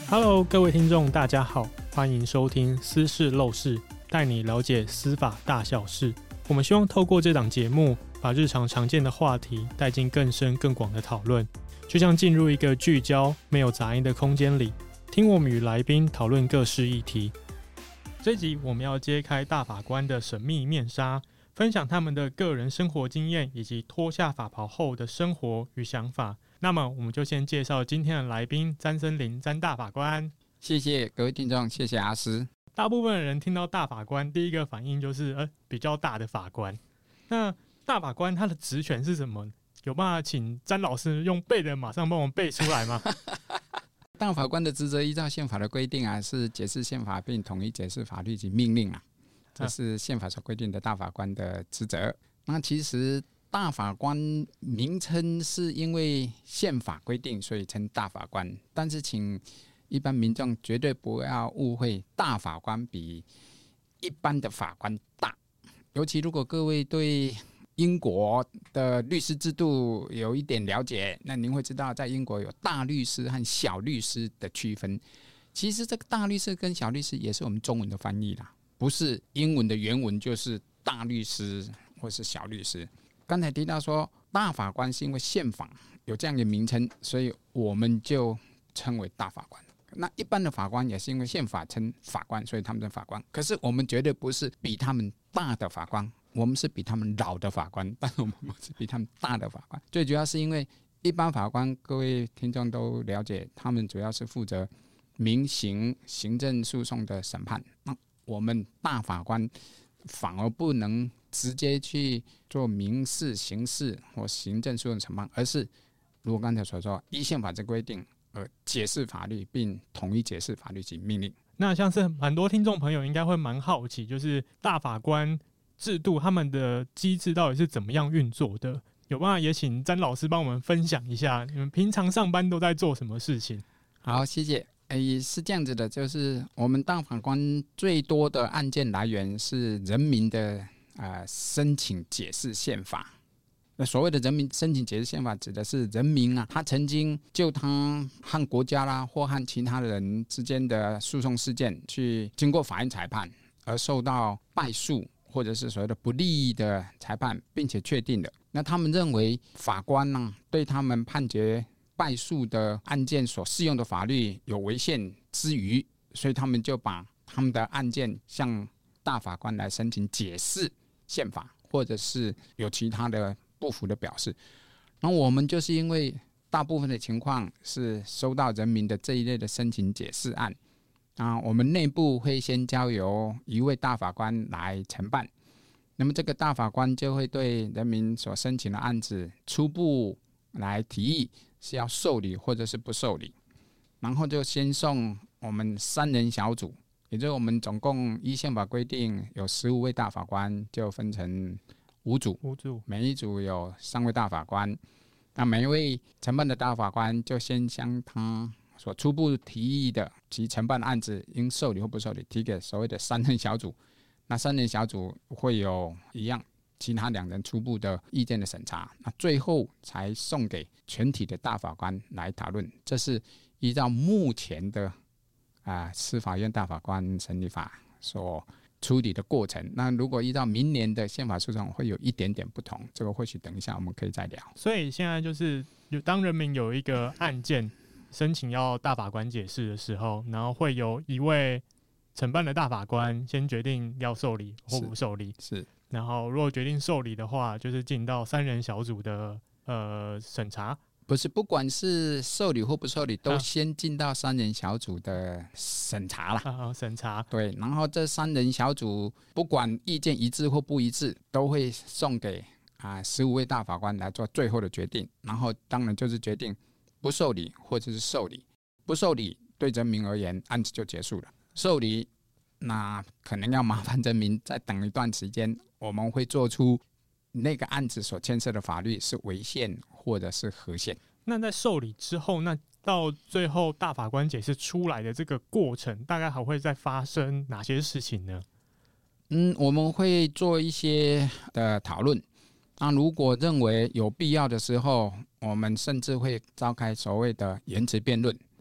Hello， 各位听众，大家好，欢迎收听《司事漏事》，带你了解司法大小事。我们希望透过这档节目，把日常常见的话题带进更深更广的讨论，就像进入一个聚焦、没有杂音的空间里，听我们与来宾讨论各式议题。这集我们要揭开大法官的神秘面纱，分享他们的个人生活经验以及脱下法袍后的生活与想法。那么我们就先介绍今天的来宾詹森林詹大法官。 谢谢各位听众，谢谢阿斯。 大部分的人听到大法官，第一个反应就是比较大的法官。那大法官他的职权是什么？有办法请詹老师用背的马上帮我们背出来吗？ 大法官的职责依照宪法的规定啊，是解释宪法并统一解释法律及命令啊，这是宪法所规定的大法官的职责。那其实大法官名称是因为宪法规定，所以称大法官。但是请一般民众绝对不要误会，大法官比一般的法官大。尤其如果各位对英国的律师制度有一点了解，那您会知道在英国有大律师和小律师的区分。其实这个大律师跟小律师也是我们中文的翻译啦，不是英文的原文就是大律师或是小律师。刚才提到说大法官是因为宪法有这样的名称，所以我们就称为大法官。那一般的法官也是因为宪法称法官，所以他们是法官。可是我们绝对不是比他们大的法官，我们是比他们老的法官，但是我们不是比他们大的法官。最主要是因为一般法官，各位听众都了解，他们主要是负责民刑、行政诉讼的审判。那我们大法官反而不能直接去做民事、刑事或行政诉讼审判，而是如我刚才所说，依宪法之规定而解释法律，并统一解释法律及命令。 那像是很多听众朋友应该会蛮好奇，就是大法官制度他们的机制到底是怎么样运作的？有办法也请詹老师帮我们分享一下，你们平常上班都在做什么事情？ 好，谢谢。是这样子的，就是我们大法官最多的案件来源是人民的申请解释宪法。那所谓的人民申请解释宪法，指的是人民啊，他曾经就他和国家啦，或和其他人之间的诉讼事件，去经过法院裁判而受到败诉，或者是所谓的不利的裁判，并且确定的。那他们认为法官呢，对他们判决败诉的案件所适用的法律有违宪之余，所以他们就把他们的案件向大法官来申请解释宪法，或者是有其他的不服的表示。然后我们就是因为大部分的情况是收到人民的这一类的申请解释案我们内部会先交由一位大法官来承办，那么这个大法官就会对人民所申请的案子初步来提议是要受理或者是不受理，然后就先送我们3人小组，也就是我们总共依宪法规定有15位大法官，就分成5组，每一组有3位大法官。那每一位承办的大法官就先将他所初步提议的及承办的案子应受理或不受理提给所谓的3人小组。那3人小组会有一样其他2人初步的意见的审查，那最后才送给全体的大法官来讨论。这是依照目前的司法院大法官审理法所处理的过程。那如果依照明年的宪法诉讼会有一点点不同，这个或许等一下我们可以再聊。 所以现在就是当人民有一个案件申请要大法官解释的时候，然后会有一位承办的大法官先决定要受理或不受理， 是。 然后如果决定受理的话，就是进到3人小组的审查。 不是，不管是受理或不受理，都先进到3人小组的审查啦。 审查。 对，然后这3人小组不管意见一致或不一致，都会送给15位大法官来做最后的决定。然后当然就是决定不受理或者是受理。不受理对人民而言，案子就结束了。受理，那可能要麻烦人民再等一段时间，我们会做出那个案子所牵涉的法律是违宪或者是合宪。 那在受理之后，那到最后大法官解释出来的这个过程，大概还会再发生哪些事情呢？ 我们会做一些的讨论。那如果认为有必要的时候，我们甚至会召开所谓的言词辩论。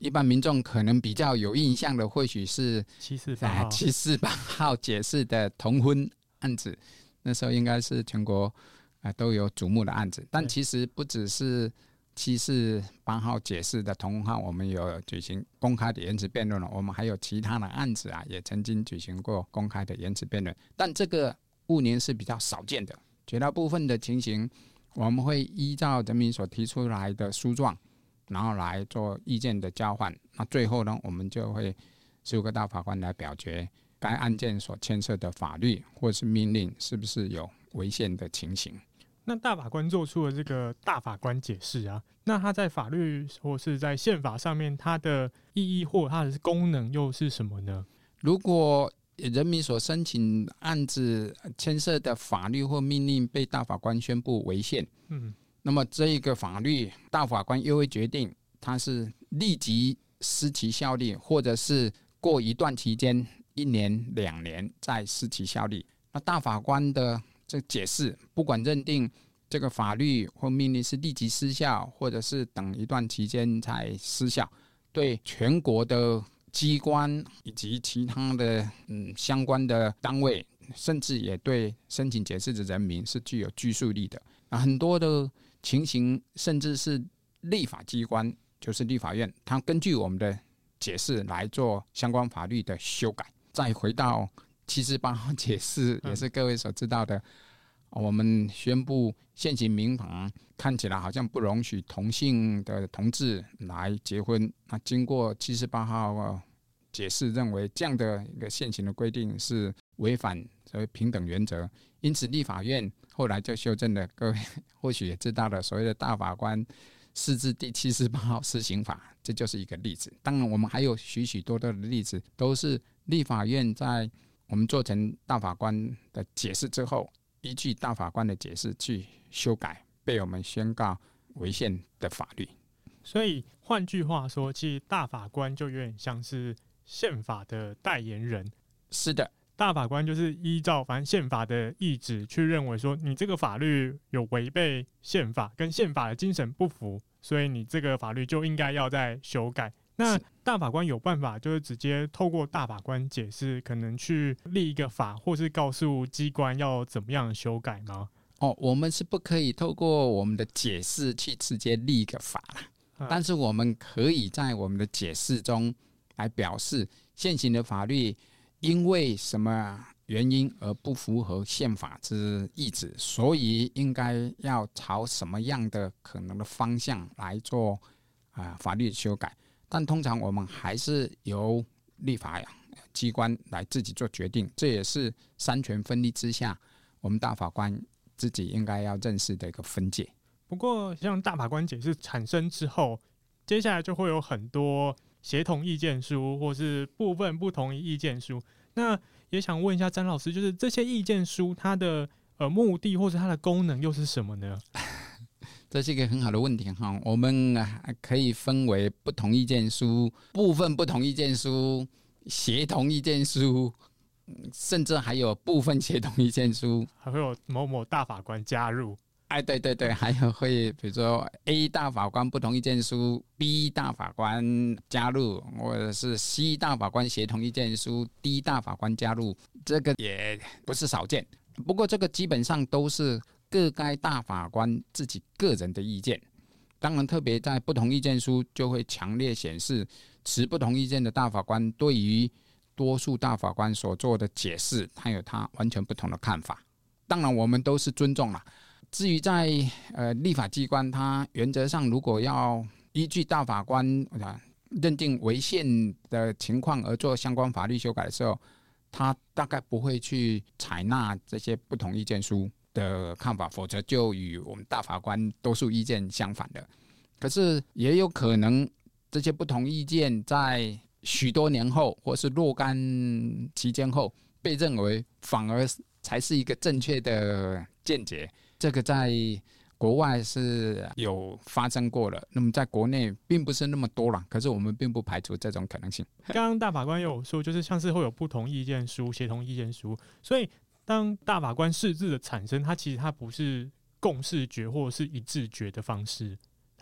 一般民众可能比较有印象的，或许是 748 号解释的同婚案子，那时候应该是全国都有瞩目的案子。但其实不只是748号解释的同婚案，我们有举行公开的言词辩论了。我们还有其他的案子也曾经举行过公开的言词辩论。但这个5年是比较少见的，绝大部分的情形，我们会依照人民所提出来的诉状，然后来做意见的交换。那最后呢，我们就会15个大法官来表决该案件所牵涉的法律或是命令是不是有违宪的情形。 那大法官做出了这个大法官解释那它在法律或是在宪法上面，它的意义或它的功能又是什么呢？ 如果人民所申请案子牵涉的法律或命令被大法官宣布违宪，那么这一个法律大法官又会决定它是立即失其效力，或者是过一段期间1年2年再失其效力。那大法官的这解释，不管认定这个法律或命令是立即失效，或者是等一段期间才失效，对全国的机关以及其他的相关的单位，甚至也对申请解释的人民是具有拘束力的。很多的情形，甚至是立法机关，就是立法院，它根据我们的解释来做相关法律的修改。再回到748号解释，也是各位所知道的，我们宣布现行民法看起来好像不容许同性的同志来结婚。那经过748号解释，认为这样的一个现行的规定是违反所谓平等原则，因此立法院后来就修正了，各位或许也知道了，所谓的大法官释字第748号施行法，这就是一个例子。当然我们还有许许多多的例子，都是立法院在我们做成大法官的解释之后，依据大法官的解释去修改被我们宣告违宪的法律。 所以换句话说，其实大法官就有点像是宪法的代言人。 是的， 大法官就是依照反正宪法的意旨去认为说，你这个法律有违背宪法，跟宪法的精神不符，所以你这个法律就应该要再修改。那大法官有办法就是直接透过大法官解释，可能去立一个法，或是告诉机关要怎么样修改吗？ 我们是不可以透过我们的解释去直接立一个法啦，但是我们可以在我们的解释中来表示现行的法律因为什么原因而不符合宪法之意旨，所以应该要朝什么样的可能的方向来做法律修改。但通常我们还是由立法机关来自己做决定，这也是三权分立之下我们大法官自己应该要认识的一个分界。 不过像大法官解释产生之后，接下来就会有很多协同意见书或是部分不同意意见书。那也想问一下詹老师，就是这些意见书它的目的或是它的功能又是什么呢？ 这是一个很好的问题哈，我们可以分为不同意见书、部分不同意见书、协同意见书，甚至还有部分协同意见书， 还会有某某大法官加入。 对对对，还有会比如说 A 大法官不同意见书 ，B 大法官加入，或者是 C 大法官协同意见书 ，D 大法官加入，这个也不是少见。不过这个基本上都是各该大法官自己个人的意见。当然特别在不同意见书就会强烈显示持不同意见的大法官对于多数大法官所做的解释，他有他完全不同的看法。当然我们都是尊重啦。至于在立法机关，他原则上如果要依据大法官认定违宪的情况而做相关法律修改的时候，他大概不会去采纳这些不同意见书的看法，否则就与我们大法官多数意见相反的。可是也有可能这些不同意见在许多年后或是若干期间后被认为反而才是一个正确的见解，这个在国外是有发生过的，那么在国内并不是那么多了，可是我们并不排除这种可能性。 刚刚大法官有说，就是像是会有不同意见书、协同意见书，所以当大法官释字的产生，它其实它不是共识决或是一致决的方式，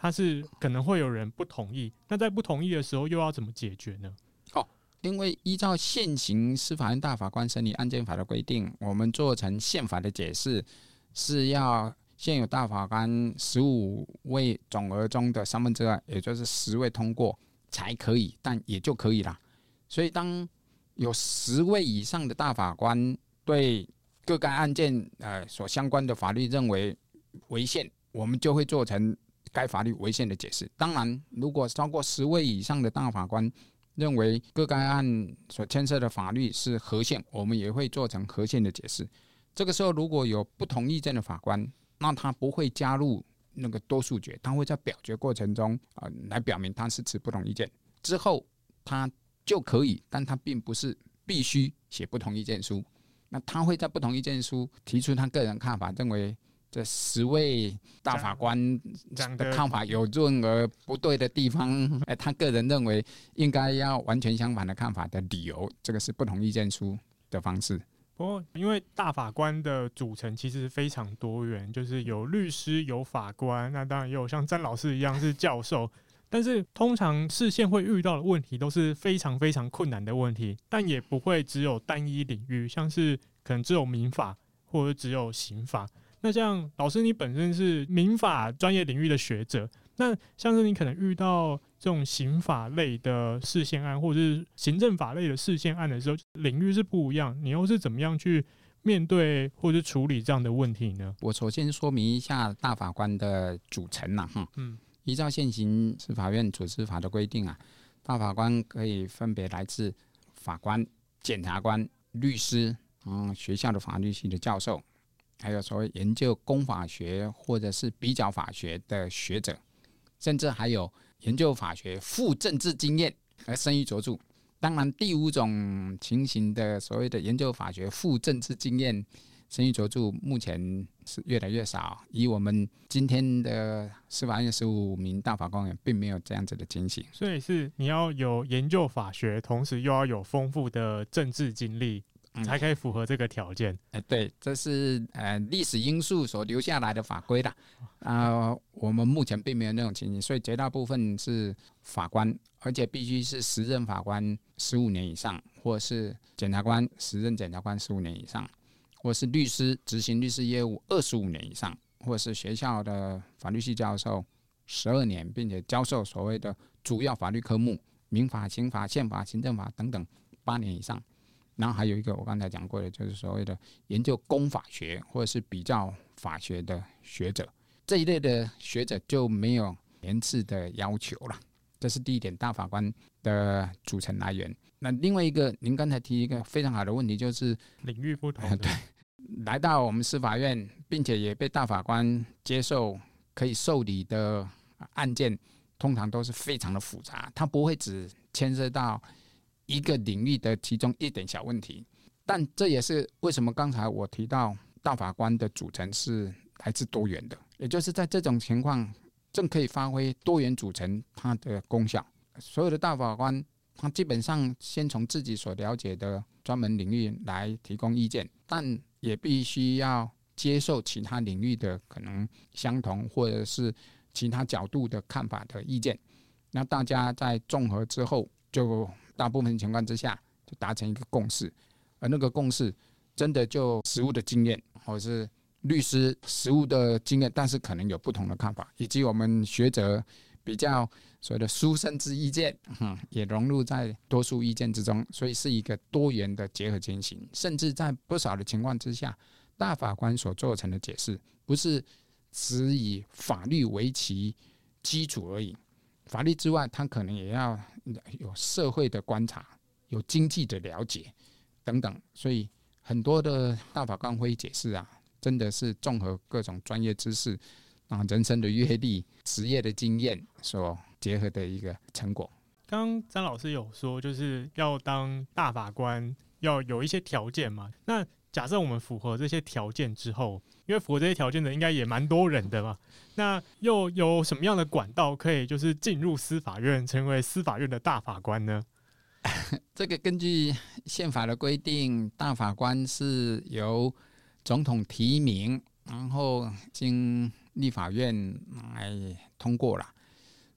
它是可能会有人不同意，那在不同意的时候又要怎么解决呢？ 因为依照现行司法院大法官审理案件法的规定，我们做成宪法的解释是要现有大法官15位总额中的2/3，也就是10位通过才可以，但也就可以啦。所以当有10位以上的大法官对各该案件所相关的法律认为违宪，我们就会做成该法律违宪的解释。当然，如果超过10位以上的大法官认为各该案所牵涉的法律是合宪，我们也会做成合宪的解释。这个时候，如果有不同意见的法官，那他不会加入那个多数决，他会在表决过程中来表明他是持不同意见，之后他就可以，但他并不是必须写不同意见书。那他会在不同意见书提出他个人看法，认为这10位大法官的看法有任何不对的地方，他个人认为应该要完全相反的看法的理由，这个是不同意见书的方式。 不过，因为大法官的组成其实非常多元，就是有律师、有法官，那当然也有像詹老师一样是教授。但是通常释宪会遇到的问题都是非常非常困难的问题，但也不会只有单一领域，像是可能只有民法或者只有刑法。那像老师你本身是民法专业领域的学者，那像是你可能遇到这种刑法类的释宪案或者是行政法类的释宪案的时候，领域是不一样，你又是怎么样去面对或者处理这样的问题呢？ 我首先说明一下大法官的组成依照现行司法院组织法的规定大法官可以分别来自法官、检察官、律师、学校的法律系的教授，还有所谓研究公法学或者是比较法学的学者，甚至还有研究法学附政治经验而生于卓著。当然，第5种情形的所谓的研究法学附政治经验生于卓著，目前是越来越少。以我们今天的司法院15名大法官并没有这样子的情形。 所以是你要有研究法学，同时又要有丰富的政治经历，才可以符合这个条件。 对，这是历史因素所留下来的法规啦。我们目前并没有那种情形，所以绝大部分是法官，而且必须是时任法官15年以上，或是检察官时任检察官15年以上，或是律师执行律师业务25年以上，或是学校的法律系教授12年，并且教授所谓的主要法律科目，民法、刑法、宪法、行政法等等8年以上。然后还有一个我刚才讲过的，就是所谓的研究公法学或者是比较法学的学者，这一类的学者就没有年次的要求了。这是第一点，大法官的组成来源。那另外一个，您刚才提一个非常好的问题，就是领域不同的对，来到我们司法院，并且也被大法官接受可以受理的案件，通常都是非常的复杂，它不会只牵涉到一个领域的其中一点小问题。但这也是为什么刚才我提到大法官的组成是来自多元的，也就是在这种情况正可以发挥多元组成它的功效。所有的大法官他基本上先从自己所了解的专门领域来提供意见，但也必须要接受其他领域的可能相同或者是其他角度的看法的意见。那大家在综合之后，就大部分情况之下就达成一个共识，而那个共识真的就实务的经验，或者是律师实务的经验，但是可能有不同的看法，以及我们学者比较所谓的书生之意见，也融入在多数意见之中，所以是一个多元的结合情形。甚至在不少的情况之下，大法官所做成的解释不是只以法律为其基础而已，法律之外，他可能也要有社会的观察，有经济的了解等等。所以很多的大法官会议解释真的是综合各种专业知识人生的阅历、职业的经验所结合的一个成果。 刚刚詹老师有说，就是要当大法官要有一些条件嘛。那假设我们符合这些条件之后，因为符合这些条件的应该也蛮多人的嘛，那又有什么样的管道可以就是进入司法院，成为司法院的大法官呢？ 这个根据宪法的规定，大法官是由总统提名，然后经立法院来通过了。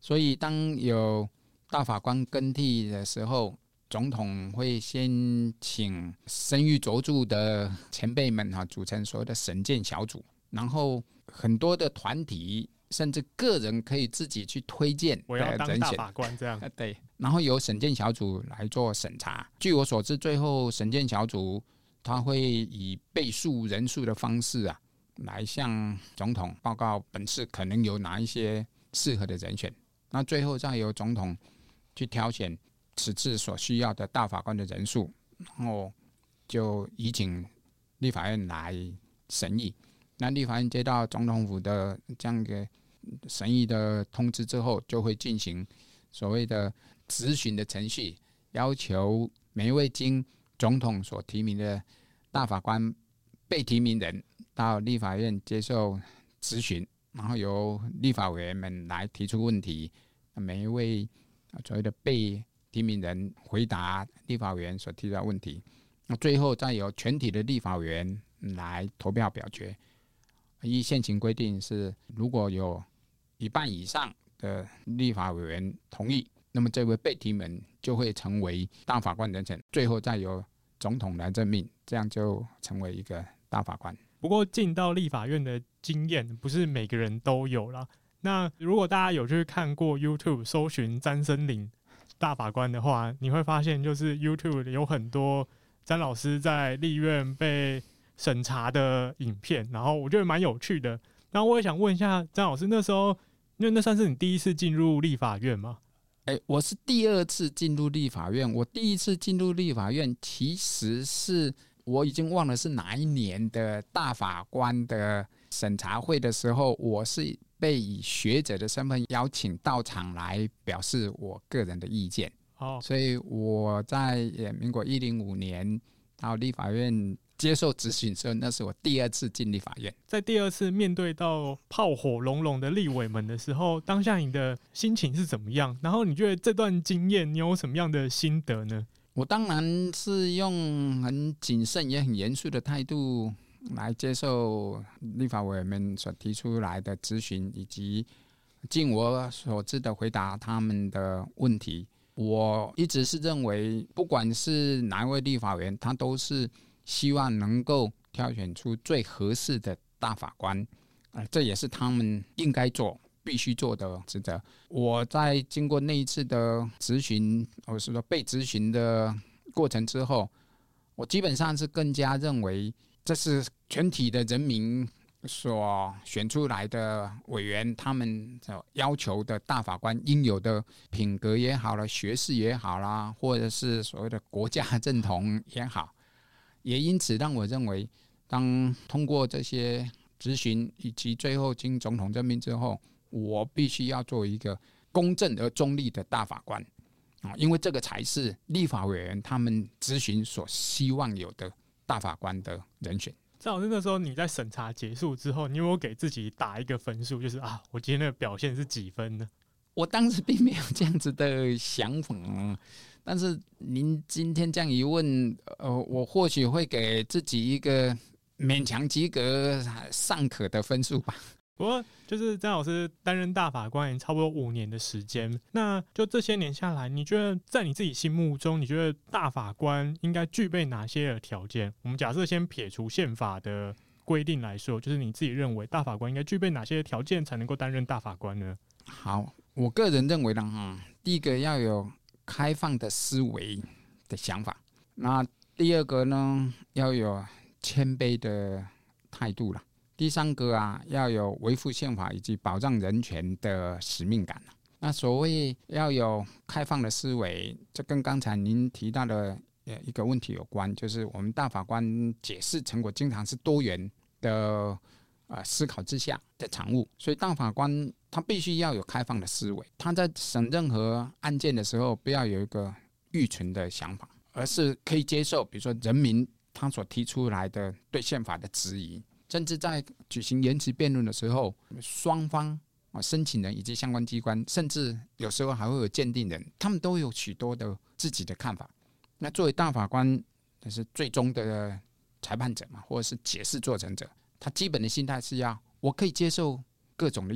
所以当有大法官更替的时候，总统会先请声誉卓著的前辈们组成所谓的审鉴小组，然后很多的团体甚至个人可以自己去推荐我要当大法官这样对，然后由审鉴小组来做审查。据我所知，最后审鉴小组他会以倍数人数的方式来向总统报告本次可能有哪一些适合的人选，那最后再由总统去挑选此次所需要的大法官的人数，然后就移请立法院来审议。那立法院接到总统府的这样一个审议的通知之后，就会进行所谓的质询的程序，要求每一位经总统所提名的大法官被提名人到立法院接受质询，然后由立法委员们来提出问题，每一位所谓的被提名人回答立法委员所提出的问题，那最后再由全体的立法委员来投票表决。依现行规定是，如果有一半以上的立法委员同意，那么这位被提名人就会成为大法官人选，最后再由总统来任命，这样就成为一个大法官。 不过进到立法院的经验不是每个人都有啦。那如果大家有去看过 YouTube 搜寻詹森林大法官的话，你会发现就是 YouTube 有很多詹老师在立院被审查的影片，然后我觉得蛮有趣的。然后我也想问一下詹老师，那时候因为那算是你第一次进入立法院吗？ 我是第二次进入立法院。我第一次进入立法院其实是我已经忘了是哪一年的大法官的审查会的时候，我是被以学者的身份邀请到场来表示我个人的意见。所以我在民国105年到立法院接受质询的时候，那是我第二次进立法院。 在第二次面对到炮火隆隆的立委们的时候，当下你的心情是怎么样？然后你觉得这段经验你有什么样的心得呢？ 我当然是用很谨慎也很严肃的态度来接受立法委员们所提出来的质询，以及尽我所知的回答他们的问题。我一直是认为，不管是哪一位立法委员，他都是希望能够挑选出最合适的大法官，这也是他们应该做、必须做的职责。我在经过那一次的质询，或是说被质询的过程之后，我基本上是更加认为，这是全体的人民所选出来的委员，他们要求的大法官应有的品格也好了，学识也好啦，或者是所谓的国家认同也好，也因此让我认为，当通过这些质询以及最后经总统任命之后，我必须要做一个公正而中立的大法官，因为这个才是立法委员他们质询所希望有的大法官的人选。 郑老师，那时候你在审查结束之后，你有没有给自己打一个分数，就是我今天的表现是几分呢？ 我当时并没有这样子的想法，但是您今天这样一问，我或许会给自己一个勉强及格尚可的分数吧。 不过就是詹老师担任大法官也差不多5年的时间，那就这些年下来，你觉得在你自己心目中，你觉得大法官应该具备哪些的条件？我们假设先撇除宪法的规定来说，就是你自己认为大法官应该具备哪些条件才能够担任大法官呢？ 好，我个人认为呢，第一个要有开放的思维的想法，那第二个呢，要有谦卑的态度啦。第三个要有维护宪法以及保障人权的使命感。那所谓要有开放的思维，这跟刚才您提到的一个问题有关，就是我们大法官解释成果经常是多元的思考之下的产物，所以大法官他必须要有开放的思维，他在审任何案件的时候，不要有一个预存的想法，而是可以接受，比如说人民他所提出来的对宪法的质疑。甚至在举行言词辩论的时候，双方申请人以及相关机关，甚至有时候还会有鉴定人，他们都有许多的自己的看法。那作为大法官，就是最终的裁判者嘛，或者是解释做成者，他基本的心态是我可以接受各种的意见，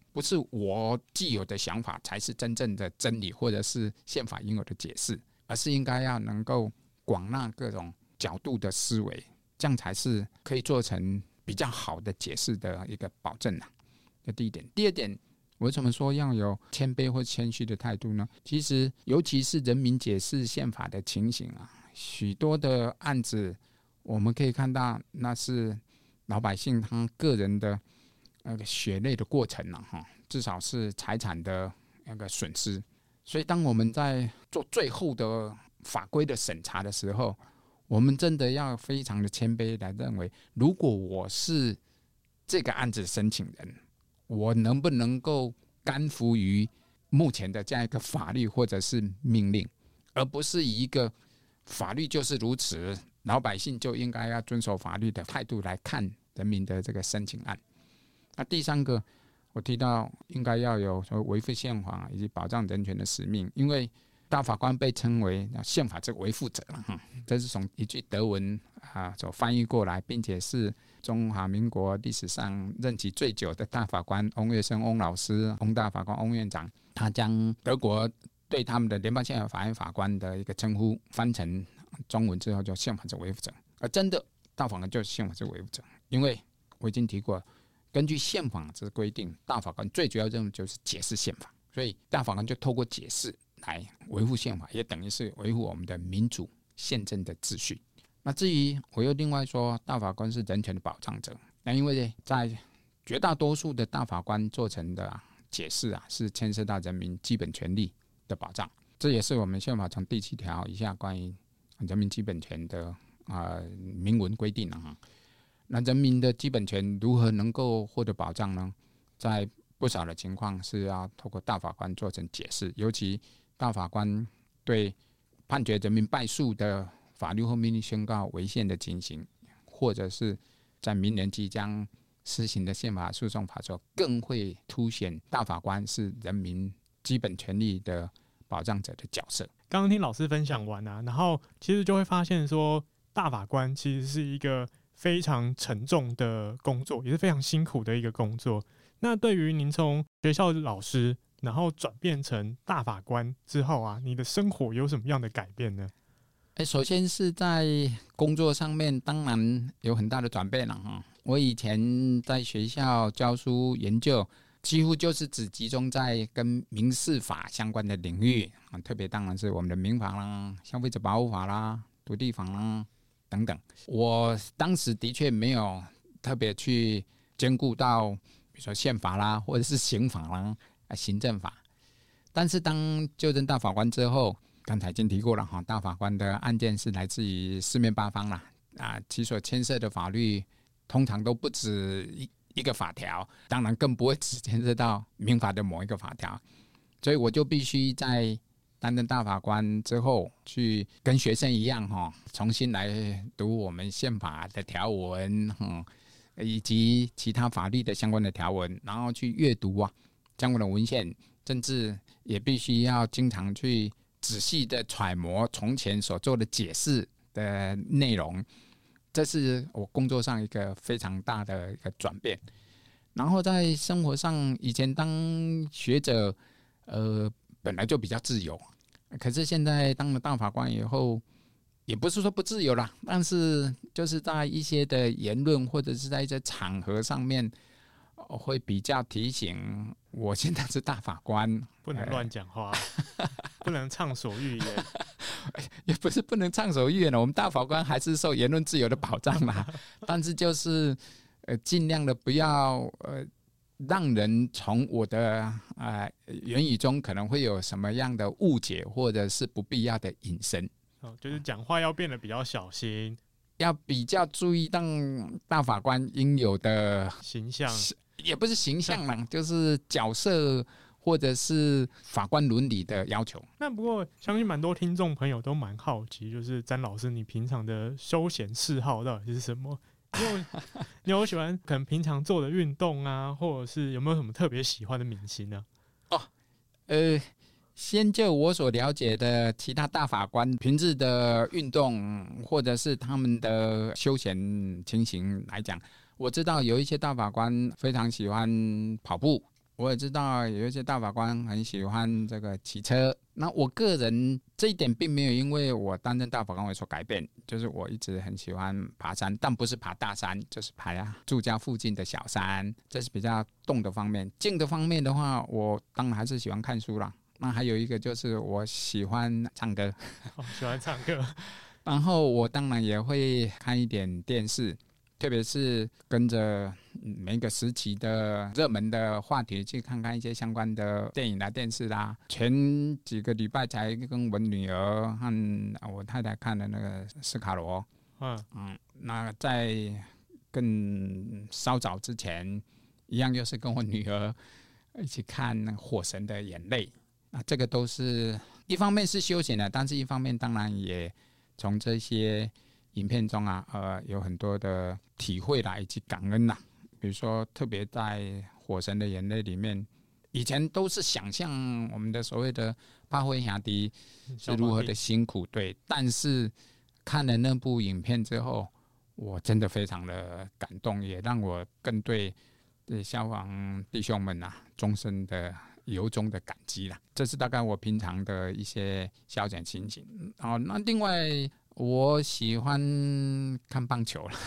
不是我既有的想法才是真正的真理，或者是宪法应有的解释，而是应该要能够广纳各种角度的思维，这样才是可以做成比较好的解释的一个保证啊。这第一点。第二点，为什么说要有谦卑或谦虚的态度呢？其实，尤其是人民解释宪法的情形啊，许多的案子我们可以看到，那是老百姓他个人的血泪的过程啊，至少是财产的那个损失。所以，当我们在做最后的法规的审查的时候，我们真的要非常的谦卑来认为，如果我是这个案子申请人，我能不能够甘服于目前的这样一个法律或者是命令，而不是以一个法律就是如此，老百姓就应该要遵守法律的态度来看人民的这个申请案。那第三个，我提到应该要有维护宪法以及保障人权的使命，因为大法官被称为宪法之维护者，这是从一句德文所翻译过来，并且是中华民国历史上任期最久的大法官翁岳生翁老师，翁大法官翁院长，他将德国对他们的联邦宪法法院法官的一个称呼翻成中文之后，就宪法之维护者。而真的大法官就是宪法之维护者，因为我已经提过，根据宪法之规定，大法官最主要任务就是解释宪法，所以大法官就透过解释来维护宪法，也等于是维护我们的民主宪政的秩序。那至于我又另外说，大法官是人权的保障者，那因为在绝大多数的大法官做成的解释是牵涉到人民基本权利的保障，这也是我们宪法从第7条以下关于人民基本权的明文规定那人民的基本权如何能够获得保障呢？在不少的情况是要透过大法官做成解释，尤其大法官对判决人民败诉的法律或命令宣告违宪的情形，或者是在明年即将施行的宪法诉讼法中，更会凸显大法官是人民基本权利的保障者的角色。 刚刚听老师分享完然后其实就会发现说，大法官其实是一个非常沉重的工作，也是非常辛苦的一个工作。那对于您从学校老师然后转变成大法官之后你的生活有什么样的改变呢？ 首先是在工作上面当然有很大的转变了我以前在学校教书研究，几乎就是只集中在跟民事法相关的领域特别当然是我们的民法啦、消费者保护法啦、土地法啦等等。我当时的确没有特别去兼顾到比如说宪法啦，或者是刑法啦、行政法。但是当就任大法官之后，刚才已经提过了大法官的案件是来自于四面八方啦其所牵涉的法律通常都不止一个法条，当然更不会只牵涉到民法的某一个法条，所以我就必须在担任大法官之后，去跟学生一样重新来读我们宪法的条文以及其他法律的相关的条文，然后去阅读相关的文献，甚至也必须要经常去仔细的揣摩从前所做的解释的内容，这是我工作上一个非常大的一个转变。然后在生活上，以前当学者本来就比较自由，可是现在当了大法官以后，也不是说不自由啦，但是就是在一些的言论或者是在一些场合上面，会比较提醒我现在是大法官， 不能乱讲话不能畅所欲言也不是不能畅所欲言了，我们大法官还是受言论自由的保障啦但是就是尽量的不要让人从我的言语中可能会有什么样的误解，或者是不必要的引申就是讲话要变得比较小心， 要比较注意让大法官应有的形象， 也不是形象啦就是角色或者是法官伦理的要求。 那不过相信蛮多听众朋友都蛮好奇，就是詹老师你平常的休闲嗜好到底是什么？你有喜欢可能平常做的运动或者是有没有什么特别喜欢的明星呢？ 先就我所了解的其他大法官平日的运动或者是他们的休闲情形来讲，我知道有一些大法官非常喜欢跑步， 我也知道有一些大法官很喜欢这个骑车，那我个人这一点并没有因为我担任大法官有所改变，就是我一直很喜欢爬山，但不是爬大山，就是爬住家附近的小山，这是比较动的方面。静的方面的话，我当然还是喜欢看书啦。那还有一个就是我喜欢唱歌， 喜欢唱歌， 然后我当然也会看一点电视。特别是跟着每一个时期的热门的话题去看看一些相关的电影啦、电视啦。前几个礼拜才跟我女儿和我太太看的那个斯卡罗，那在更稍早之前，一样又是跟我女儿一起看《火神的眼泪》。那这个都是一方面是休闲的，但是一方面当然也从这些影片中有很多的体会啦，以及感恩啦。比如说，特别在《火神的眼泪》里面，以前都是想象我们的所谓的巴辉兄弟是如何的辛苦，对。但是看了那部影片之后，我真的非常的感动，也让我更对消防弟兄们终身的由衷的感激啦。这是大概我平常的一些消遣心情。那另外，我喜欢看棒球了。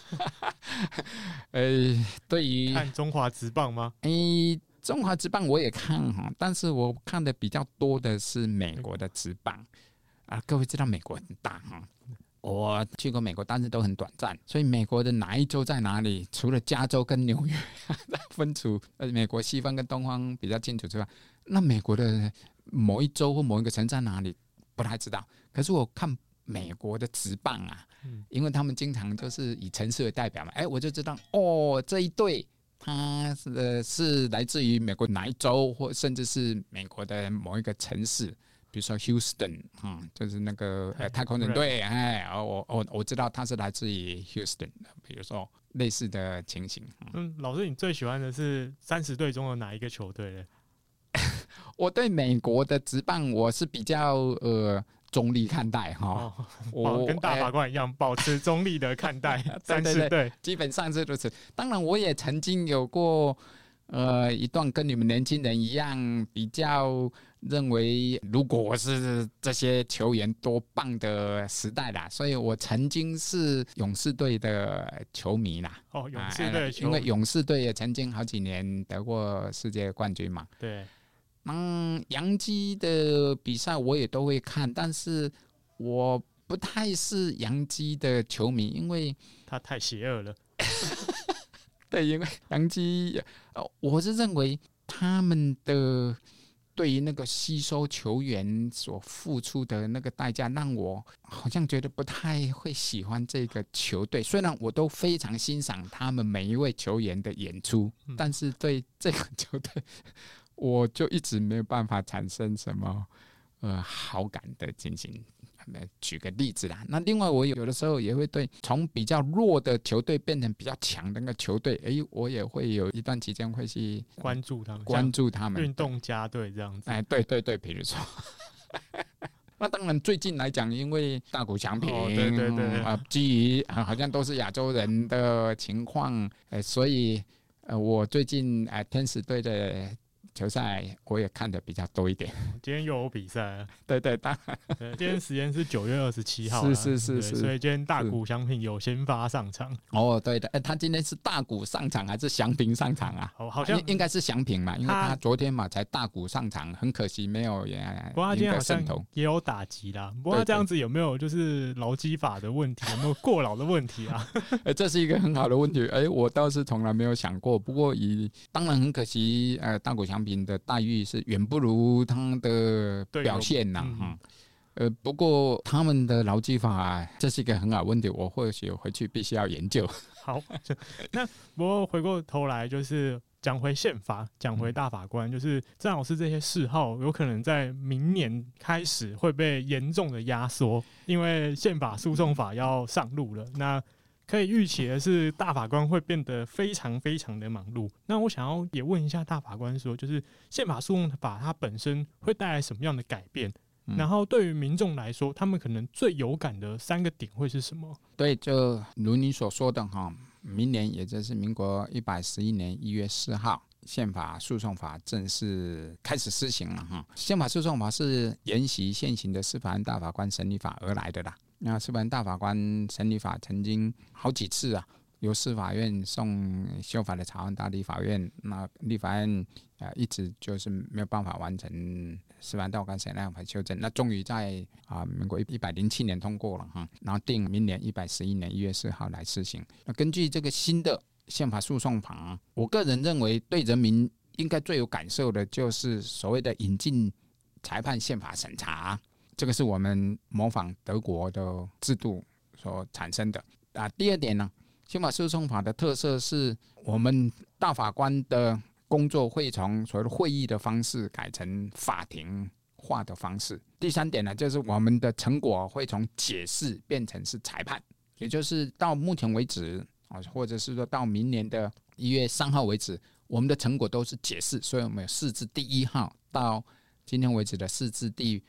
对于看中华职棒吗？ 中华职棒我也看哈，但是我看的比较多的是美国的职棒各位知道美国很大哈，我去过美国，但是都很短暂，所以美国的哪一州在哪里，除了加州跟纽约分除美国西方跟东方比较清楚之外，那美国的某一州或某一个城在哪里不太知道。可是我看美国的职棒因为他们经常就是以城市为代表嘛，我就知道这一队它是来自于美国哪一州，或甚至是美国的某一个城市，比如说 Houston 就是那个太空人队，我知道它是来自于 Houston 的，比如说类似的情形。 老师，你最喜欢的是30队中的哪一个球队呢？ 我对美国的职棒我是比较中立看待我跟大法官一样，保持中立的看待30队， 基本上是如此。当然，我也曾经有过一段跟你们年轻人一样，比较认为如果我是这些球员多棒的时代啦，所以我曾经是勇士队的球迷啦。 勇士队的球迷， 因为勇士队也曾经好几年得过世界冠军嘛。 对。 洋基的比赛我也都会看，但是我不太是洋基的球迷，因为他太邪恶了。 对，因为洋基，我是认为他们的对于那个吸收球员所付出的那个代价，让我好像觉得不太会喜欢这个球队。虽然我都非常欣赏他们每一位球员的演出，但是对这个球队，我就一直没有办法产生什么好感的情形。举个例子啦，那另外我有的时候也会对从比较弱的球队变成比较强的那个球队，我也会有一段期间会去关注他们，运动家队这样子。 对对对，比如说。那当然，最近来讲，因为大谷翔平，对，基于好像都是亚洲人的情况，所以我最近天使队的球赛我也看的比较多一点。 今天又有比赛了。 对对，当然。 今天时间是9月27号， 是， 所以今天大谷翔平有先发上场。 对的，他今天是大谷上场还是翔平上场啊？ 好像应该是翔平嘛，因为他昨天嘛才大谷上场，很可惜没有不过他今天好像也有打击啦。不过他这样子有没有就是劳基法的问题，有没有过劳的问题啊？ 这是一个很好的问题。我倒是从来没有想过。不过当然很可惜，大谷翔平的待遇是远不如他的表现呐。不过他们的劳基法这是一个很好的问题，我或许回去必须要研究。 好，那不过回过头来就是讲回宪法，讲回大法官，就是郑老师这些嗜好有可能在明年开始会被严重的压缩，因为宪法诉讼法要上路了。那可以预期的是，大法官会变得非常非常的忙碌。那我想要也问一下大法官说，就是宪法诉讼法它本身会带来什么样的改变？然后对于民众来说，他们可能最有感的3个点会是什么？ 对，就如你所说的明年也就是民国111年1月4号， 宪法诉讼法正式开始施行了哈。宪法诉讼法是沿袭现行的司法院大法官审理法而来的啦。那司法院大法官审理法曾经好几次啊，由司法院送修法的草案到立法院，那立法院一直就是没有办法完成司法院大法官审理法修正，那终于在民国107年通过了哈，然后定明年111年1月4号来施行。那根据这个新的宪法诉讼法，我个人认为对人民应该最有感受的就是所谓的引进裁判宪法审查，这个是我们模仿德国的制度所产生的。第二点呢，宪法诉讼法的特色是我们大法官的工作会从所谓的会议的方式改成法庭化的方式。第三点呢，就是我们的成果会从解释变成是裁判，也就是到目前为止或者是说到明年的1月3号为止，我们的成果都是解释，所以我们有释字第1号到今天为止的释字第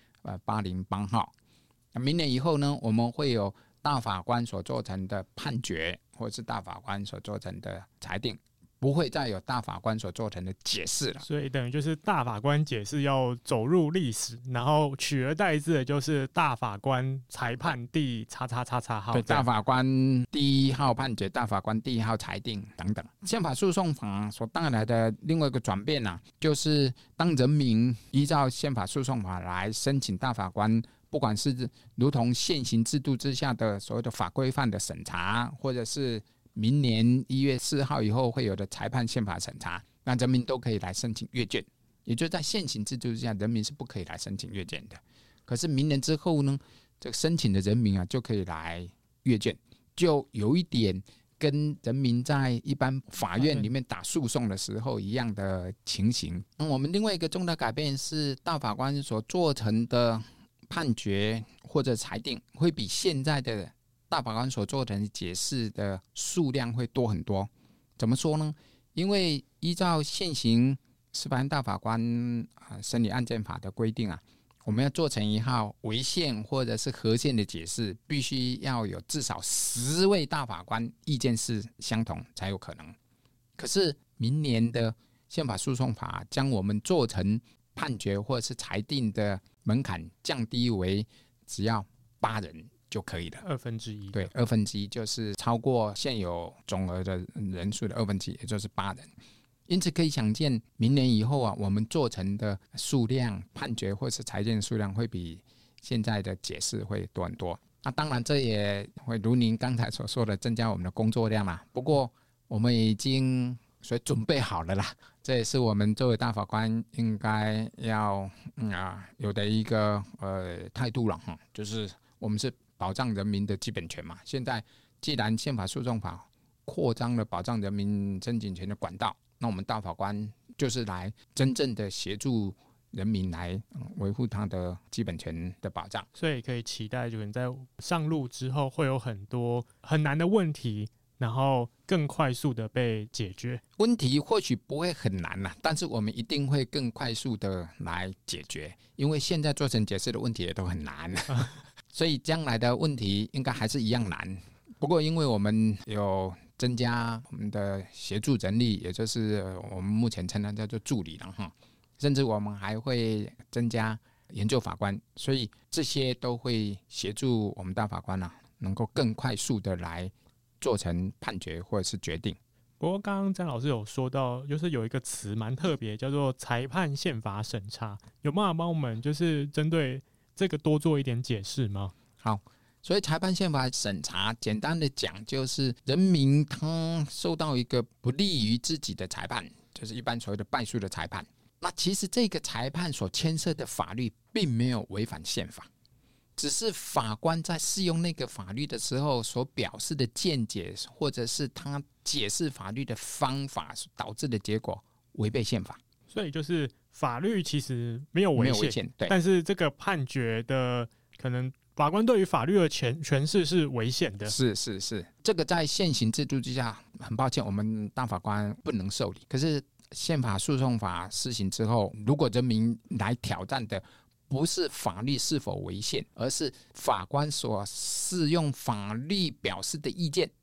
808号。明年以后呢，我们会有大法官所做成的判决，或者是大法官所做成的裁定，不会再有大法官所做成的解释了。 所以等于就是大法官解释要走入历史，然后取而代之的就是大法官裁判第叉叉叉叉号。 对，大法官第1号判决，大法官第1号裁定等等。宪法诉讼法所带来的另外一个转变就是当人民依照宪法诉讼法来申请大法官，不管是如同现行制度之下的所谓的法规范的审查，或者是明年1月4号以后会有的裁判宪法审查，那人民都可以来申请阅卷。也就是在现行制度之下，人民是不可以来申请阅卷的。可是明年之后呢，这个申请的人民就可以来阅卷，就有一点跟人民在一般法院里面打诉讼的时候一样的情形。我们另外一个重大改变是，大法官所做成的判决或者裁定会比现在的大法官所做成解释的数量会多很多。怎么说呢？因为依照现行司法院大法官审理案件法的规定我们要做成一号违宪或者是合宪的解释，必须要有至少10位大法官意见是相同才有可能。可是明年的宪法诉讼法将我们做成判决或者是裁定的门槛降低为只要8人就可以了 ，1/2。 对，1/2就是超过现有总额的人数的1/2，也就是8人。因此可以想见，明年以后我们做成的数量判决或是裁定的数量会比现在的解释会多很多。那当然这也会如您刚才所说的增加我们的工作量啦。不过我们已经准备好了啦，这也是我们作为大法官应该要有的一个态度了就是我们是保障人民的基本权嘛。现在既然宪法诉讼法扩张了保障人民申请权的管道，那我们大法官就是来真正的协助人民来维护他的基本权的保障。 所以可以期待，就是在上路之后会有很多很难的问题，然后更快速的被解决。 问题或许不会很难但是我们一定会更快速的来解决，因为现在做成解释的问题也都很难所以将来的问题应该还是一样难。不过因为我们有增加我们的协助人力，也就是我们目前称它叫做助理了甚至我们还会增加研究法官，所以这些都会协助我们大法官能够更快速的来做成判决或者是决定。 不过刚刚詹老师有说到，就是有一个词蛮特别，叫做裁判宪法审查，有办法帮我们就是针对这个多做一点解释吗？ 好，所以裁判宪法审查简单的讲，就是人民他受到一个不利于自己的裁判，就是一般所谓的败诉的裁判，那其实这个裁判所牵涉的法律并没有违反宪法，只是法官在适用那个法律的时候所表示的见解，或者是他解释法律的方法导致的结果违背宪法。 所以就是法律其实没有违宪， 对， 但是这个判决的可能法官对于法律的诠释是违宪的。 是，这个在现行制度之下，很抱歉，我们大法官不能受理。可是宪法诉讼法施行之后，如果人民来挑战的不是法律是否违宪，而是法官所适用法律表示的意见，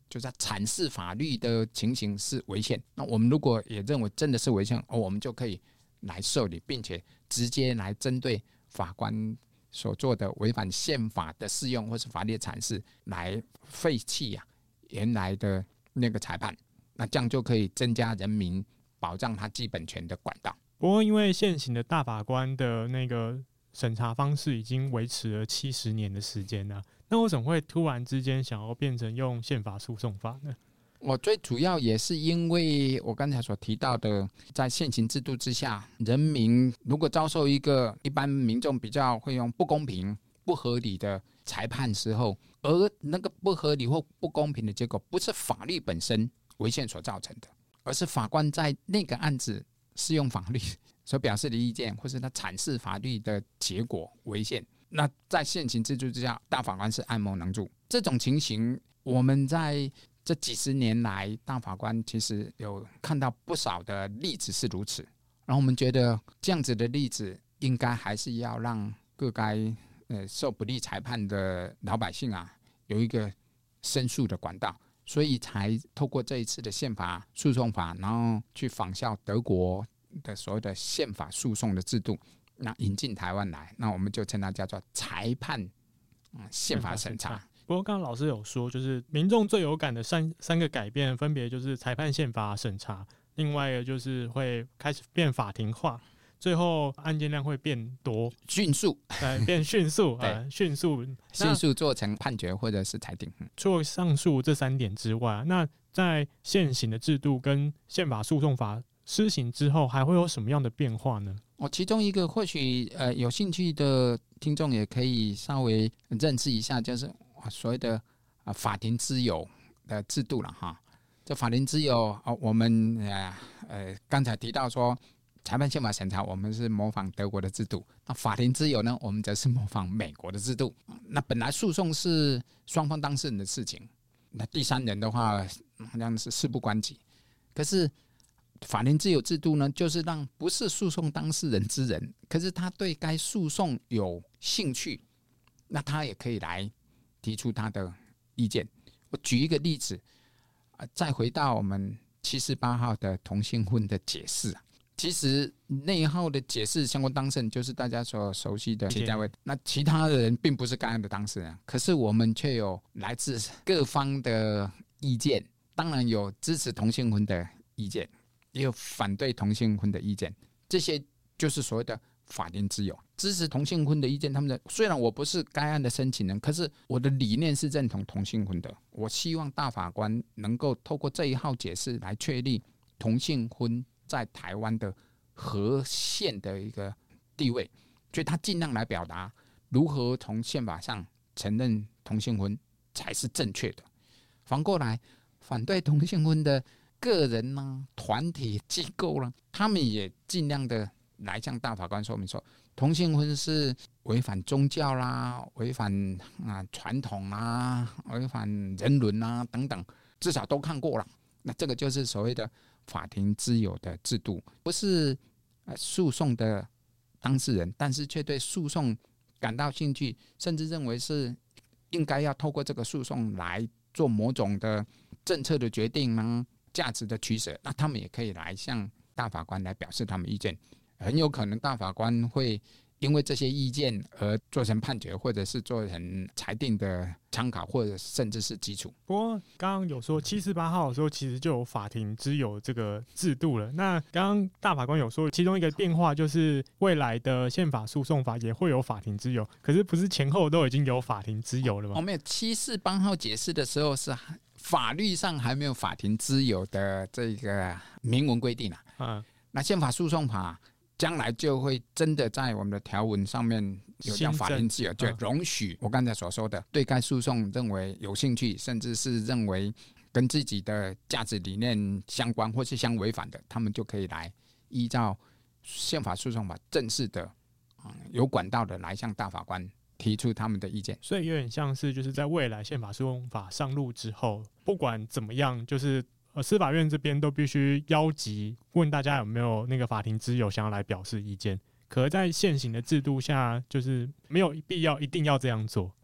就是阐释法律的情形是违宪。那我们如果也认为真的是违宪，我们就可以来受理，并且直接来针对法官所做的违反宪法的适用或是法律的阐释来废弃原来的那个裁判，那这样就可以增加人民保障他基本权的管道。 不过因为现行的大法官的那个审查方式已经维持了70年的时间了，那为什么会突然之间想要变成用宪法诉讼法呢？ 我最主要也是因为我刚才所提到的，在现行制度之下，人民如果遭受一个一般民众比较会用不公平、不合理的裁判时候，而那个不合理或不公平的结果不是法律本身违宪所造成的，而是法官在那个案子适用法律所表示的意见，或是他阐释法律的结果违宪。那在现行制度之下，大法官是爱莫能助。这种情形，我们在这几十年来，大法官其实有看到不少的例子是如此。然后我们觉得这样子的例子，应该还是要让各该受不利裁判的老百姓有一个申诉的管道，所以才透过这一次的宪法诉讼法，然后去仿效德国的所谓的宪法诉讼的制度，那引进台湾来，那我们就称它叫做裁判宪法审查。 不过刚刚老师有说，就是民众最有感的三个改变，分别就是裁判宪法审查，另外一个就是会开始变法庭化，最后案件量会变多、 迅速， 变迅速，迅速做成判决或者是裁定。 除了上述这3点之外，那在现行的制度跟宪法诉讼法施行之后，还会有什么样的变化呢？ 其中一个或许有兴趣的听众也可以稍微认识一下，就是所谓的法庭之友的制度了哈。这法庭之友，我们刚才提到说，裁判宪法审查我们是模仿德国的制度，那法庭之友呢，我们则是模仿美国的制度。那本来诉讼是双方当事人的事情，那第三人的话好像是事不关己。可是法庭之友制度呢，就是让不是诉讼当事人之人，可是他对该诉讼有兴趣，那他也可以来提出他的意见。我举一个例子，再回到我们748号的同性婚的解释，其实那一号的解释相关当事人就是大家所熟悉的谢家伟，那其他的人并不是该案的当事人，可是我们却有来自各方的意见，当然有支持同性婚的意见，也有反对同性婚的意见，这些就是所谓的法庭之友。支持同性婚的意见，他们的虽然我不是该案的申请人，可是我的理念是认同同性婚的。我希望大法官能够透过这一号解释来确立同性婚在台湾的合宪的一个地位，所以他尽量来表达如何从宪法上承认同性婚才是正确的。反过来，反对同性婚的个人啦、团体、机构啦，他们也尽量的来向大法官说明说，同性婚是违反宗教啦、违反传统啦、违反人伦啦等等，至少都看过了。那这个就是所谓的法庭之友的制度，不是诉讼的当事人，但是却对诉讼感到兴趣，甚至认为是应该要透过这个诉讼来做某种的政策的决定呢、价值的取舍，那他们也可以来向大法官来表示他们意见。很有可能大法官会因为这些意见而做成判决，或者是做成裁定的参考，或者甚至是基础。 不过刚刚有说748号的时候，其实就有法庭之友这个制度了。那刚刚大法官有说，其中一个变化就是未来的宪法诉讼法也会有法庭之友，可是不是前后都已经有法庭之友了吗？ 没有748号解释的时候是法律上还没有法庭之友的这个明文规定那宪法诉讼法将来就会真的在我们的条文上面有这样法庭之友，就容许我刚才所说的对该诉讼认为有兴趣，甚至是认为跟自己的价值理念相关或是相违反的，他们就可以来依照宪法诉讼法正式的有管道的来向大法官提出他们的意见。 所以有点像是就是在未来宪法诉讼法上路之后，不管怎么样，就是司法院这边都必须邀集问大家有没有那个法庭之友想要来表示意见。可是在现行的制度下，就是没有必要一定要这样做。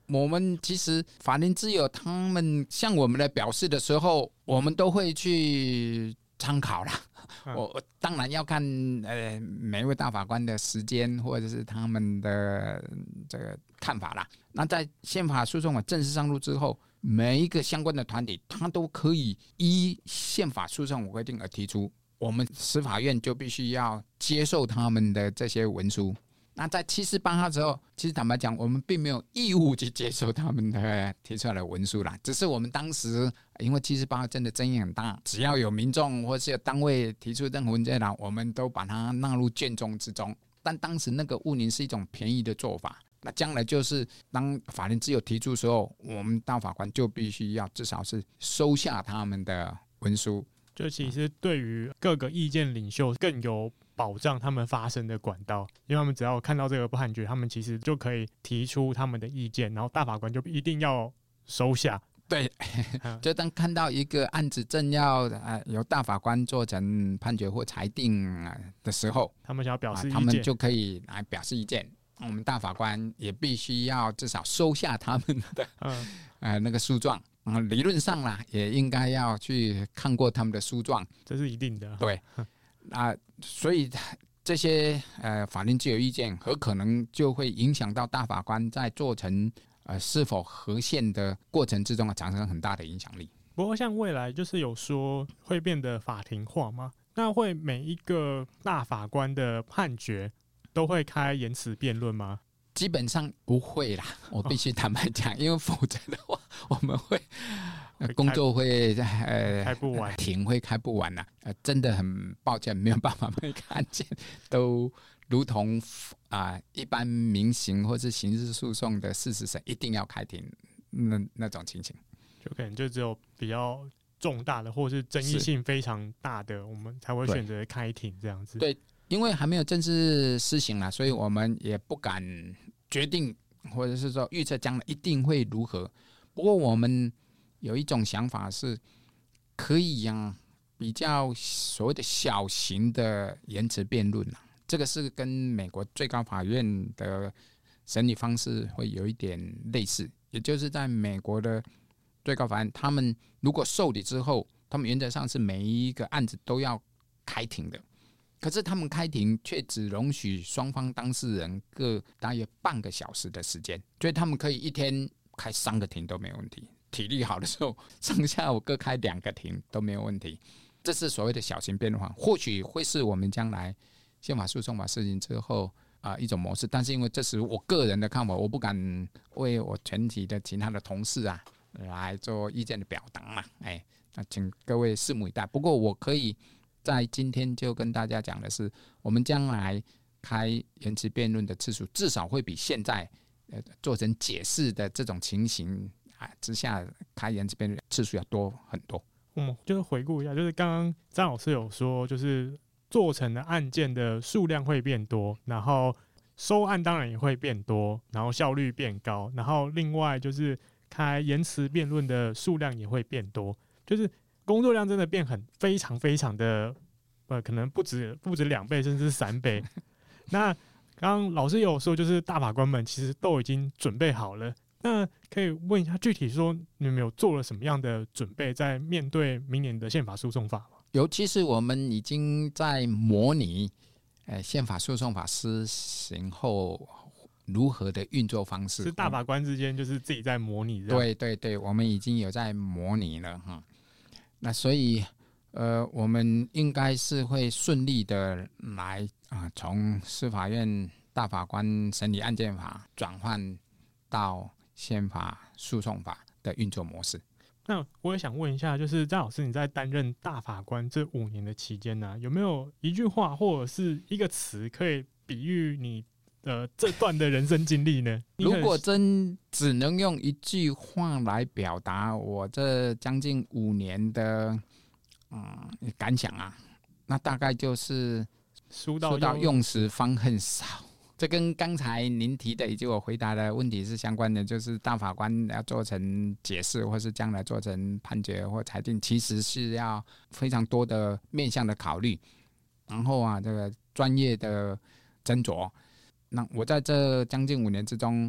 我们其实法庭之友他们向我们的表示的时候，我们都会去参考啦。我当然要看每一位大法官的时间或者是他们的这个看法啦。那在宪法诉讼法正式上路之后，每一个相关的团体他都可以依宪法诉讼法规定而提出，我们司法院就必须要接受他们的这些文书。那在748号之后，其实坦白讲，我们并没有义务去接受他们的提出来的文书啦，只是我们当时因为748号真的争议很大，只要有民众或是有单位提出任何文件来，我们都把它纳入卷宗之中。但当时那个误宁是一种便宜的做法，那将来就是当法庭自由提出的时候，我们大法官就必须要至少是收下他们的文书。 就其实对于各个意见领袖更有保障他们发声的管道，因为他们只要看到这个判决，他们其实就可以提出他们的意见，然后大法官就一定要收下。 对，就当看到一个案子正要由大法官做成判决或裁定的时候， 他们想要表示意见， 他们就可以来表示意见。我们大法官也必须要至少收下他们的那个诉状。理论上啦，也应该要去看过他们的诉状， 这是一定的。 对，所以这些法庭自由意见很可能就会影响到大法官在做成是否合宪的过程之中产生很大的影响力。 不过像未来就是有说会变得法庭化吗？那会每一个大法官的判决都会开言辞辩论吗？ 基本上不会啦，我必须坦白讲，因为否则的话，我们会工作会开不完， 庭会开不完啦。真的很抱歉，没有办法每个案件都如同一般民刑或是刑事诉讼的事实审一定要开庭那种情形， 就可能就只有比较重大的或是争议性非常大的，我们才会选择开庭这样子。 对。因为还没有正式施行啦，所以我们也不敢决定，或者是说预测将来一定会如何。不过我们有一种想法是，可以比较所谓的小型的言辞辩论啦，这个是跟美国最高法院的审理方式会有一点类似，也就是在美国的最高法院，他们如果受理之后，他们原则上是每一个案子都要开庭的。可是他们开庭却只容许双方当事人各大约半个小时的时间，所以他们可以一天开3个庭都没有问题。体力好的时候，上下午各开2个庭都没有问题。这是所谓的小型辩论法，或许会是我们将来宪法诉讼法施行之后一种模式。但是因为这是我个人的看法，我不敢为我全体的其他的同事来做意见的表达嘛。那请各位拭目以待。不过我可以在今天就跟大家讲的是，我们将来开言辞辩论的次数至少会比现在做成解释的这种情形之下开言辞辩论次数要多很多。 就是回顾一下，就是刚刚张老师有说，就是做成的案件的数量会变多，然后收案当然也会变多，然后效率变高，然后另外就是开言辞辩论的数量也会变多，就是工作量真的变非常非常的可能不止2倍，甚至是3倍。那刚刚老师有说，就是大法官们其实都已经准备好了。那可以问一下，具体说你们有做了什么样的准备，在面对明年的宪法诉讼法吗？ 尤其是我们已经在模拟宪法诉讼法施行后如何的运作方式， 是大法官之间就是自己在模拟。 对对对，我们已经有在模拟了哈。那所以我们应该是会顺利的来从司法院大法官审理案件法转换到宪法诉讼法的运作模式。 那我也想问一下，就是张老师，你在担任大法官这5年的期间有没有一句话或者是一个词可以比喻你这段的人生经历呢？ 如果真只能用一句话来表达我这将近5年的感想那大概就是书到用时方恨少。这跟刚才您提的以及我回答的问题是相关的，就是大法官要做成解释或是将来做成判决或裁定，其实是要非常多的面向的考虑，然后这个专业的斟酌。那我在这将近5年之中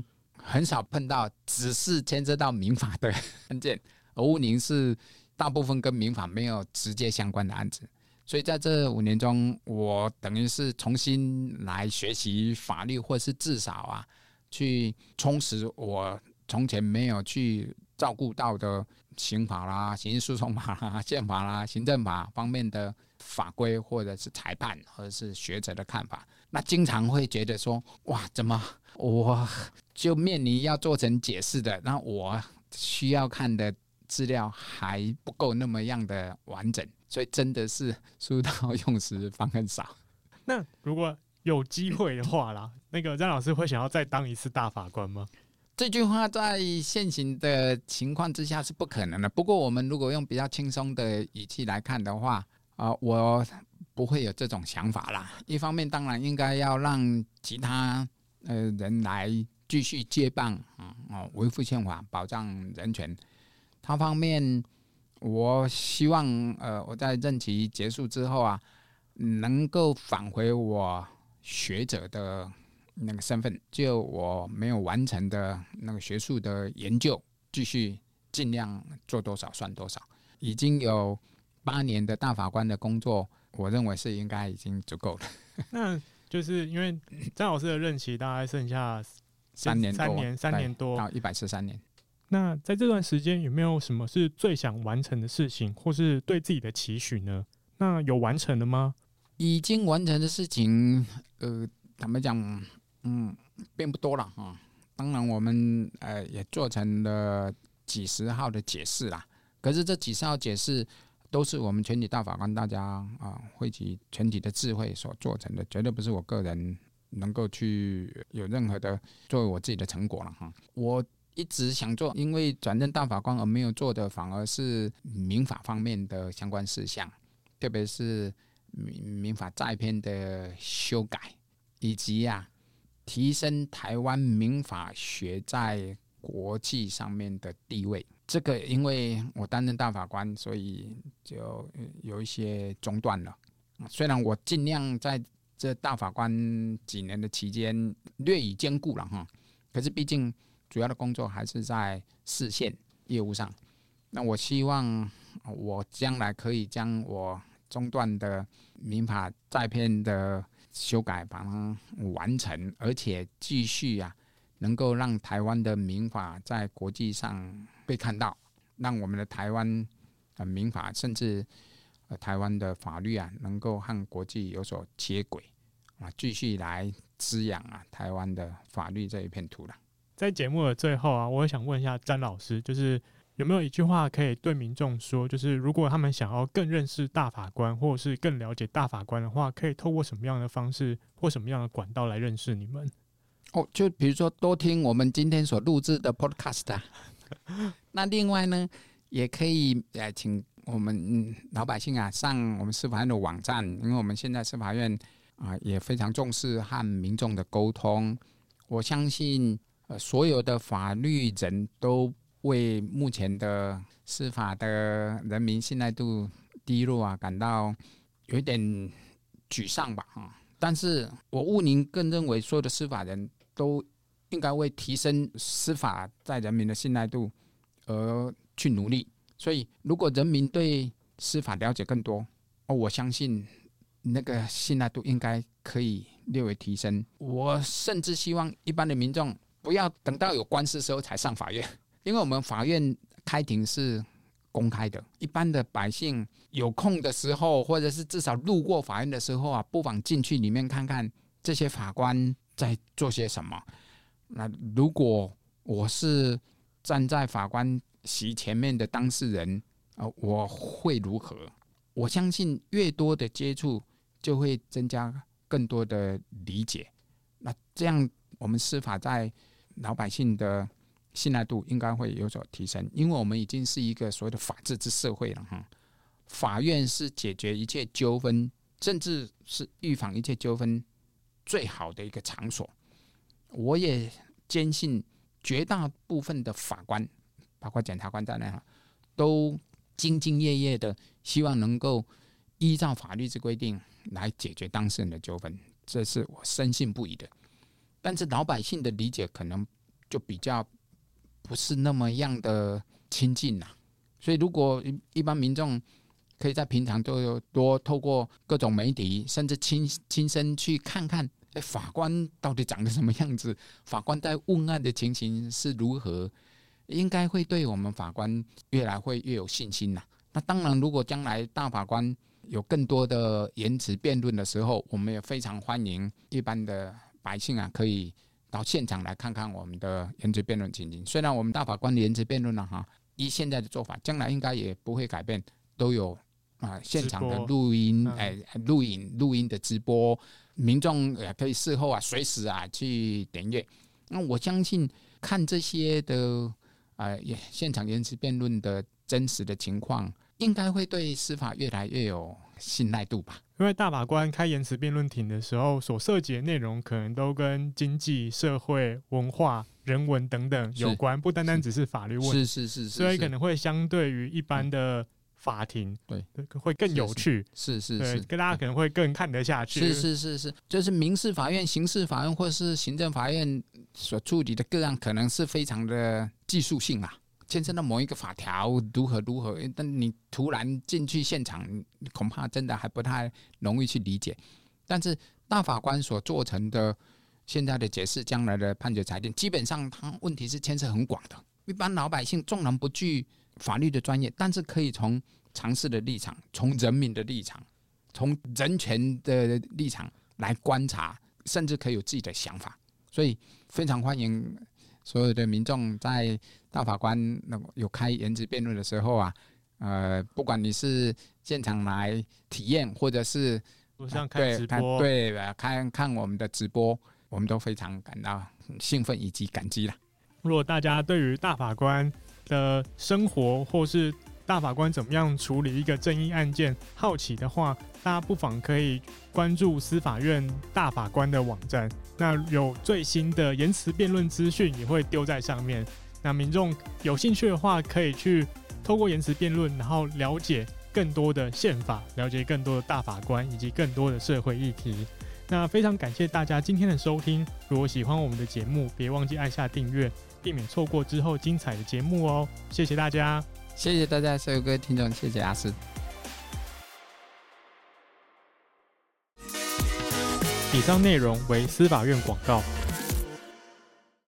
很少碰到只是牵涉到民法的案件，而务宁是大部分跟民法没有直接相关的案子。所以在这5年中，我等于是重新来学习法律，或是至少去充实我从前没有去照顾到的刑法啦、刑事诉讼法啦、宪法啦、行政法方面的法规，或者是裁判，或者是学者的看法。那经常会觉得说，哇，怎么我就面临要做成解释的，那我需要看的资料还不够那么样的完整，所以真的是书到用时方恨少。 那如果有机会的话啦，那个詹老师会想要再当一次大法官吗？ 这句话在现行的情况之下是不可能的。不过我们如果用比较轻松的语气来看的话，我不会有这种想法啦。一方面当然应该要让其他人来继续接棒维护宪法、保障人权。他方面，我希望我在任期结束之后能够返回我学者的那个身份，就我没有完成的那个学术的研究，继续尽量做多少算多少。已经有8年的大法官的工作，我认为是应该已经足够了。 那就是因为詹老师的任期大概剩下3年多到143年。 那在这段时间有没有什么是最想完成的事情，或是对自己的期许呢？那有完成了吗？ 已经完成的事情，坦白讲，并不多了当然，我们也做成了几十号的解释啦。可是这几十号解释都是我们全体大法官大家汇集全体的智慧所做成的，绝对不是我个人能够去有任何的作为我自己的成果了我一直想做，因为转任大法官而没有做的，反而是民法方面的相关事项，特别是民法再篇的修改，以及提升台湾民法学在国际上面的地位。这个因为我担任大法官，所以就有一些中断了。虽然我尽量在这大法官几年的期间略以兼顾了可是毕竟主要的工作还是在市县业务上。那我希望我将来可以将我中断的民法再篇的修改把它完成，而且继续能够让台湾的民法在国际上被看到，让我们的台湾民法甚至台湾的法律能够和国际有所接轨继续来滋养台湾的法律这一片土壤。 在节目的最后我也想问一下詹老师，就是有没有一句话可以对民众说，就是如果他们想要更认识大法官，或者是更了解大法官的话，可以透过什么样的方式或什么样的管道来认识你们？ 就比如说多听我们今天所录制的 podcast 那另外呢，也可以请我们老百姓上我们司法院的网站，因为我们现在司法院也非常重视和民众的沟通。我相信所有的法律人都为目前的司法的人民信赖度低落感到有一点沮丧吧但是我务宁更认为所有的司法人都应该为提升司法在人民的信赖度而去努力。所以如果人民对司法了解更多我相信那个信赖度应该可以略微提升。我甚至希望一般的民众不要等到有官司的时候才上法院，因为我们法院开庭是公开的，一般的百姓有空的时候，或者是至少路过法院的时候不妨进去里面看看这些法官在做些什么。那如果我是站在法官席前面的当事人我会如何？我相信越多的接触就会增加更多的理解，那这样我们司法在老百姓的信赖度应该会有所提升，因为我们已经是一个所谓的法治之社会了法院是解决一切纠纷，甚至是预防一切纠纷最好的一个场所。我也坚信绝大部分的法官，包括检察官在内都兢兢业业的希望能够依照法律之规定来解决当事人的纠纷，这是我深信不疑的。但是老百姓的理解可能就比较不是那么样的亲近啦。所以如果一般民众可以在平常都多透过各种媒体，甚至亲身去看看法官到底长得什么样子，法官在问案的情形是如何，应该会对我们法官越来会越有信心啦。那当然，如果将来大法官有更多的言辞辩论的时候，我们也非常欢迎一般的百姓啊，可以到现场来看看我们的言辞辩论情形。虽然我们大法官的言辞辩论依现在的做法，将来应该也不会改变，都有现场的录音、录音的直播，民众也可以事后随时去点阅。那我相信看这些的现场言辞辩论的真实的情况，应该会对司法越来越有信赖度吧。 因为大法官开言辞辩论庭的时候，所涉及的内容可能都跟经济、社会、文化、人文等等有关，不单单只是法律问题。 是， 所以可能会相对于一般的法庭，对，会更有趣。 是， 跟大家可能会更看得下去。 是，就是民事法院、刑事法院或是行政法院所处理的个案，可能是非常的技术性啦。牵涉到某一个法条如何，但你突然进去现场，恐怕真的还不太容易去理解。但是大法官所做成的现在的解释、将来的判决裁定，基本上它问题是牵涉很广的。一般老百姓纵然不具法律的专业，但是可以从常识的立场、从人民的立场、从人权的立场来观察，甚至可以有自己的想法。所以非常欢迎所有的民众在大法官有开言辞辩论的时候不管你是现场来体验，或者是像看直播， 看我们的直播，我们都非常感到兴奋以及感激啦。 如果大家对于大法官的生活，或是大法官怎么样处理一个正义案件好奇的话，大家不妨可以关注司法院大法官的网站，那有最新的言辞辩论资讯也会丢在上面。那民众有兴趣的话，可以去透过言辞辩论，然后了解更多的宪法，了解更多的大法官以及更多的社会议题。那非常感谢大家今天的收听，如果喜欢我们的节目，别忘记按下订阅，避免错过之后精彩的节目哦。谢谢大家。 谢谢大家所有各位听众，谢谢阿斯。 以上内容为司法院广告。